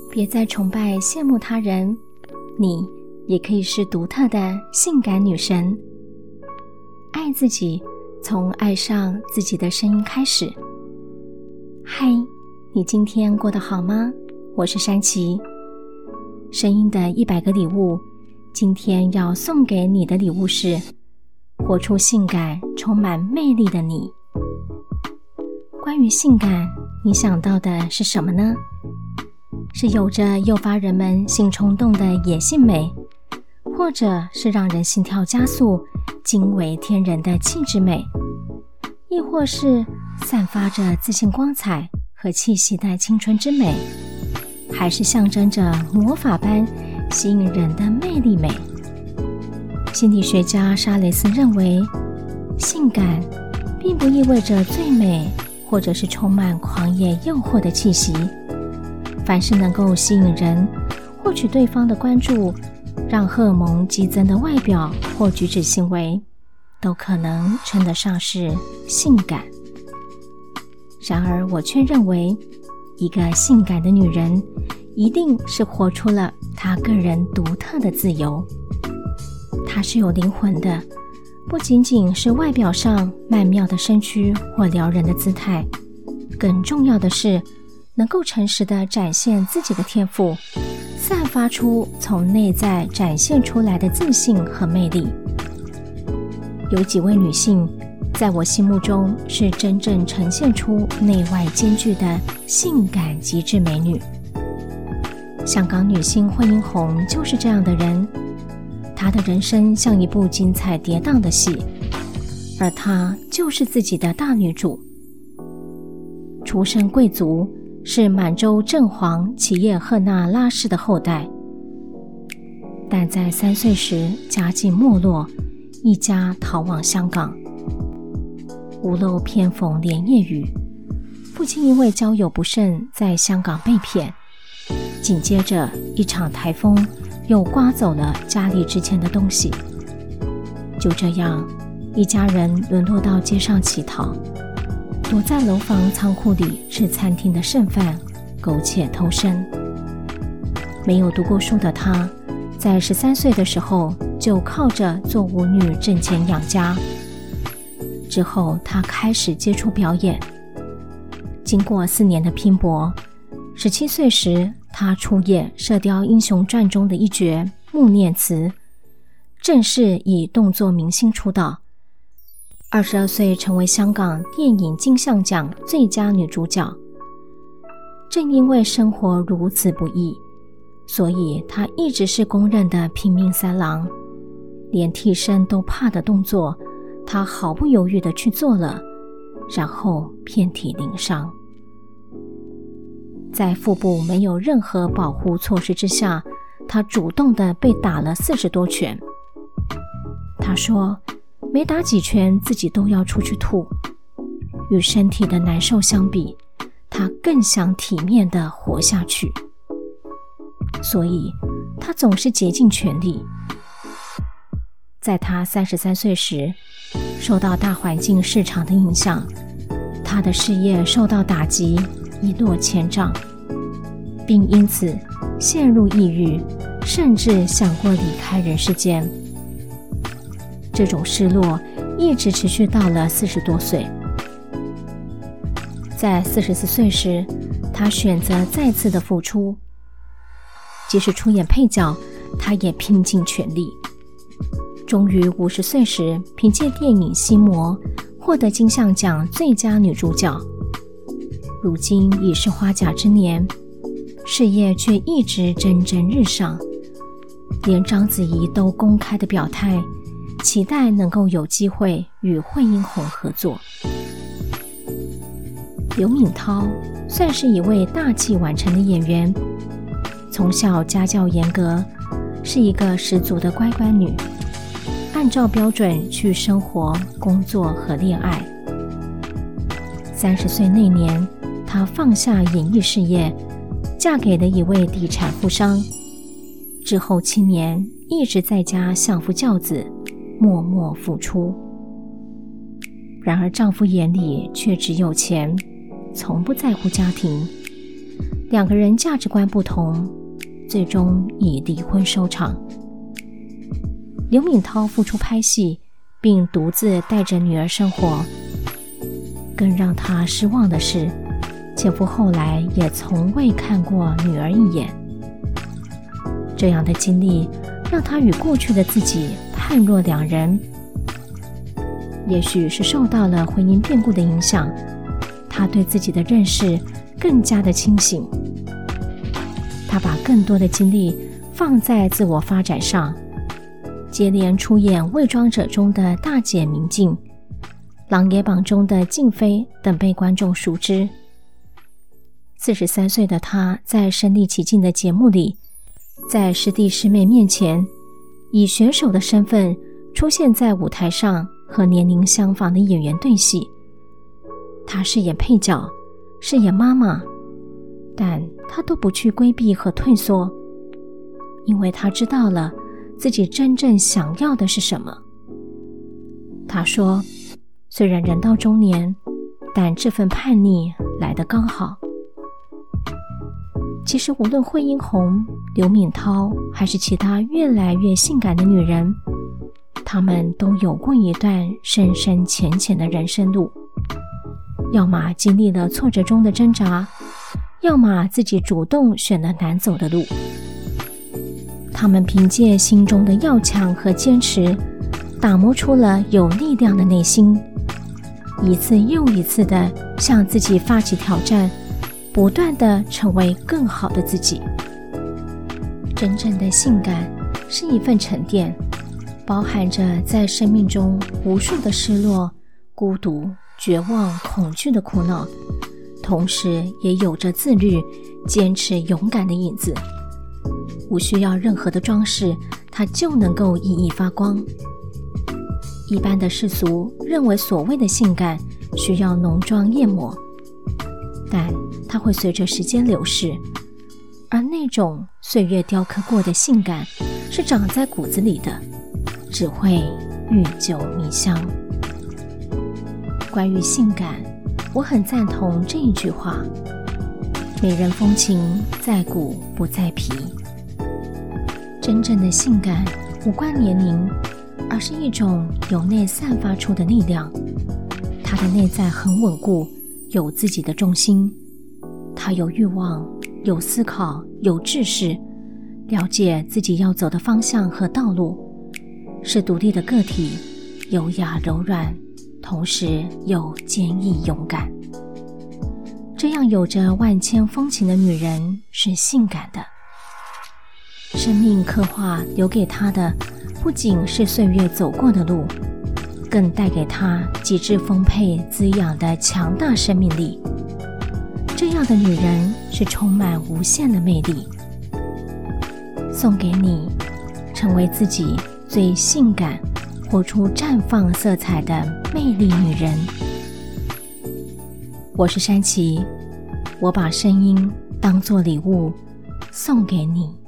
别再崇拜羡慕他人，你也可以是独特的性感女神。爱自己，从爱上自己的声音开始。嗨，你今天过得好吗？我是珊琪。声音的100个礼物，今天要送给你的礼物是活出性感、充满魅力的你。关于性感，你想到的是什么呢？是有着诱发人们性冲动的野性美，或者是让人心跳加速、惊为天人的气质美，亦或是散发着自信光彩和气息的青春之美，还是象征着魔法般吸引人的魅力美？心理学家莎雷斯认为，性感并不意味着最美，或者是充满狂野诱惑的气息。凡是能够吸引人、获取对方的关注、让荷尔蒙激增的外表或举止行为，都可能称得上是性感。然而我却认为，一个性感的女人一定是活出了她个人独特的自由。她是有灵魂的，不仅仅是外表上曼妙的身躯或撩人的姿态，更重要的是能够诚实地展现自己的天赋，散发出从内在展现出来的自信和魅力。有几位女性在我心目中是真正呈现出内外兼具的性感极致美女。香港女星惠英红就是这样的人，她的人生像一部精彩跌宕的戏，而她就是自己的大女主。出身贵族，是满洲正黄齐叶赫那拉氏的后代，但在3岁时家境没落，一家逃往香港。屋漏偏逢连夜雨，父亲因为交友不慎在香港被骗，紧接着一场台风又刮走了家里值钱的东西。就这样，一家人沦落到街上乞讨，躲在楼房仓库里吃餐厅的剩饭，苟且偷生。没有读过书的他，在13岁的时候就靠着做舞女挣钱养家。之后他开始接触表演，经过4年的拼搏，17岁时他出演《射雕英雄传》中的一角穆念慈，正式以动作明星出道。22岁成为香港电影金像奖最佳女主角。正因为生活如此不易，所以她一直是公认的拼命三郎，连替身都怕的动作，她毫不犹豫地去做了，然后遍体鳞伤。在腹部没有任何保护措施之下，她主动地被打了40多拳。她说，没打几拳自己都要出去吐。与身体的难受相比，她更想体面地活下去，所以她总是竭尽全力。在她33岁时，受到大环境市场的影响，她的事业受到打击，一落千丈，并因此陷入抑郁，甚至想过离开人世间。这种失落一直持续到了40多岁。在44岁时，他选择再次的复出，即使出演配角，他也拼尽全力。终于50岁时，凭借电影《心魔》获得金像奖最佳女主角。如今已是花甲之年，事业却一直蒸蒸日上，连章子怡都公开的表态，期待能够有机会与惠英红合作。刘敏涛算是一位大器晚成的演员，从小家教严格，是一个十足的乖乖女，按照标准去生活、工作和恋爱。30岁那年，她放下演艺事业，嫁给了一位地产富商。之后7年一直在家相夫教子，默默付出。然而丈夫眼里却只有钱，从不在乎家庭。 两个人价值观不同，最终以离婚收场。刘敏涛复出拍戏，并独自带着女儿生活。更让她失望的是，前夫后来也从未看过女儿一眼。这样的经历让她与过去的自己判若两人。也许是受到了婚姻变故的影响，她对自己的认识更加的清醒。她把更多的精力放在自我发展上，接连出演《伪装者》中的大姐明镜，《琅琊榜》中的静妃等被观众熟知。43岁的她在身临其境的节目里，在师弟师妹面前，以选手的身份出现在舞台上，和年龄相仿的演员对戏。她饰演配角，饰演妈妈，但她都不去规避和退缩，因为她知道了自己真正想要的是什么。她说，虽然人到中年，但这份叛逆来得刚好。其实无论惠英红、刘敏涛还是其他越来越性感的女人，她们都有过一段深深浅浅的人生路，要么经历了挫折中的挣扎，要么自己主动选了难走的路。她们凭借心中的要强和坚持，打磨出了有力量的内心，一次又一次地向自己发起挑战，不断地成为更好的自己。真正的性感是一份沉淀，包含着在生命中无数的失落、孤独、绝望、恐惧的苦恼，同时也有着自律、坚持、勇敢的影子。无需要任何的装饰，它就能够熠熠发光。一般的世俗认为所谓的性感需要浓妆艳抹，但它会随着时间流逝，而那种岁月雕刻过的性感是长在骨子里的，只会愈久弥香。关于性感，我很赞同这一句话：美人风情在骨不在皮。真正的性感无关年龄，而是一种由内散发出的力量。它的内在很稳固，有自己的重心，它有欲望，有思考，有志识，了解自己要走的方向和道路，是独立的个体，优雅柔软，同时又坚毅勇敢。这样有着万千风情的女人是性感的。生命刻画留给她的不仅是岁月走过的路，更带给她极致丰沛滋养的强大生命力。这样的女人是充满无限的魅力。送给你，成为自己最性感、活出绽放色彩的魅力女人。我是珊琪，我把声音当作礼物送给你。